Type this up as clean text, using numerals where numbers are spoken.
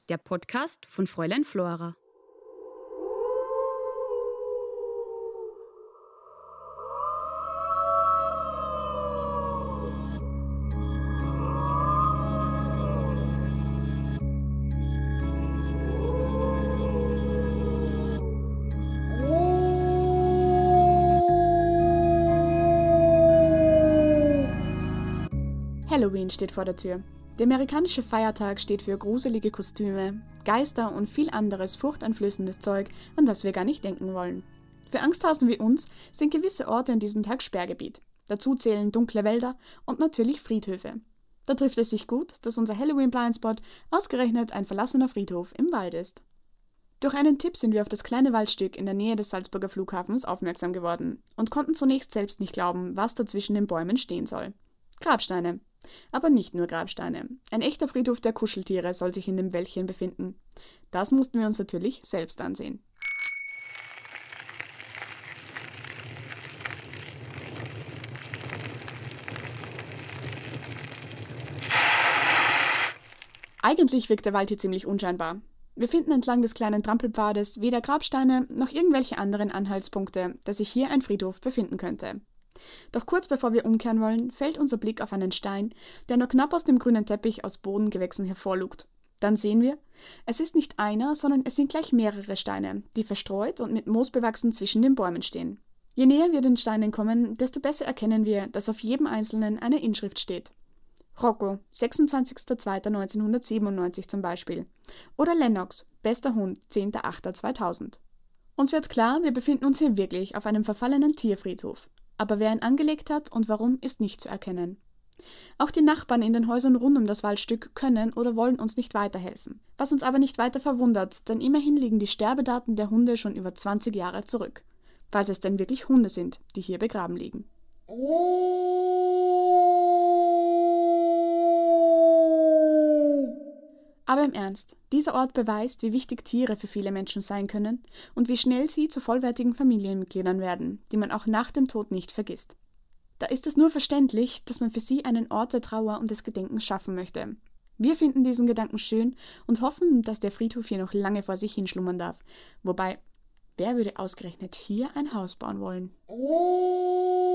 der Podcast von Fräulein Flora. Halloween steht vor der Tür. Der amerikanische Feiertag steht für gruselige Kostüme, Geister und viel anderes furchteinflößendes Zeug, an das wir gar nicht denken wollen. Für Angsthasen wie uns sind gewisse Orte an diesem Tag Sperrgebiet. Dazu zählen dunkle Wälder und natürlich Friedhöfe. Da trifft es sich gut, dass unser Halloween-Blindspot ausgerechnet ein verlassener Friedhof im Wald ist. Durch einen Tipp sind wir auf das kleine Waldstück in der Nähe des Salzburger Flughafens aufmerksam geworden und konnten zunächst selbst nicht glauben, was da zwischen den Bäumen stehen soll. Grabsteine. Aber nicht nur Grabsteine. Ein echter Friedhof der Kuscheltiere soll sich in dem Wäldchen befinden. Das mussten wir uns natürlich selbst ansehen. Eigentlich wirkt der Wald hier ziemlich unscheinbar. Wir finden entlang des kleinen Trampelpfades weder Grabsteine noch irgendwelche anderen Anhaltspunkte, dass sich hier ein Friedhof befinden könnte. Doch kurz bevor wir umkehren wollen, fällt unser Blick auf einen Stein, der nur knapp aus dem grünen Teppich aus Bodengewächsen hervorlugt. Dann sehen wir, es ist nicht einer, sondern es sind gleich mehrere Steine, die verstreut und mit Moos bewachsen zwischen den Bäumen stehen. Je näher wir den Steinen kommen, desto besser erkennen wir, dass auf jedem einzelnen eine Inschrift steht. Rocco, 26.02.1997 zum Beispiel. Oder Lennox, bester Hund, 10.08.2000. Uns wird klar, wir befinden uns hier wirklich auf einem verfallenen Tierfriedhof. Aber wer ihn angelegt hat und warum, ist nicht zu erkennen. Auch die Nachbarn in den Häusern rund um das Waldstück können oder wollen uns nicht weiterhelfen. Was uns aber nicht weiter verwundert, denn immerhin liegen die Sterbedaten der Hunde schon über 20 Jahre zurück. Falls es denn wirklich Hunde sind, die hier begraben liegen. Aber im Ernst, dieser Ort beweist, wie wichtig Tiere für viele Menschen sein können und wie schnell sie zu vollwertigen Familienmitgliedern werden, die man auch nach dem Tod nicht vergisst. Da ist es nur verständlich, dass man für sie einen Ort der Trauer und des Gedenkens schaffen möchte. Wir finden diesen Gedanken schön und hoffen, dass der Friedhof hier noch lange vor sich hinschlummern darf. Wobei, wer würde ausgerechnet hier ein Haus bauen wollen?